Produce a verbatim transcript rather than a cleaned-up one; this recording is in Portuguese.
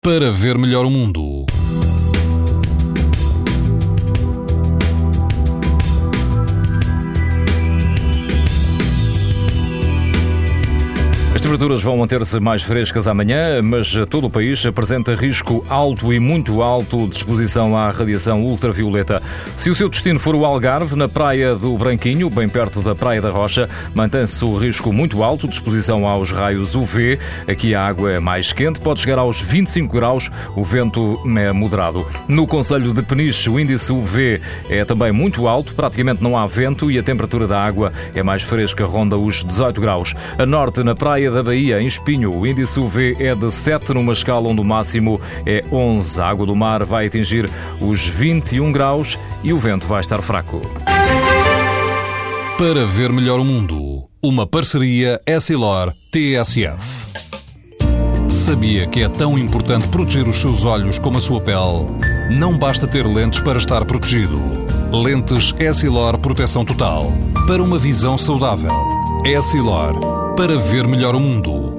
Para ver melhor o mundo. As temperaturas vão manter-se mais frescas amanhã, mas todo o país apresenta risco alto e muito alto de exposição à radiação ultravioleta. Se o seu destino for o Algarve, na Praia do Branquinho, bem perto da Praia da Rocha, mantém-se o risco muito alto de exposição aos raios U V. Aqui a água é mais quente, pode chegar aos vinte e cinco graus, o vento é moderado. No concelho de Peniche, o índice U V é também muito alto, praticamente não há vento e a temperatura da água é mais fresca, ronda os dezoito graus. A norte, na Praia da Bahia, em Espinho, o índice U V é de sete, numa escala onde o máximo é onze. A água do mar vai atingir os vinte e um graus e o vento vai estar fraco. Para ver melhor o mundo, uma parceria Essilor-T S F. Sabia que é tão importante proteger os seus olhos como a sua pele? Não basta ter lentes para estar protegido. Lentes Essilor Proteção Total. Para uma visão saudável. Essilor. Para ver melhor o mundo.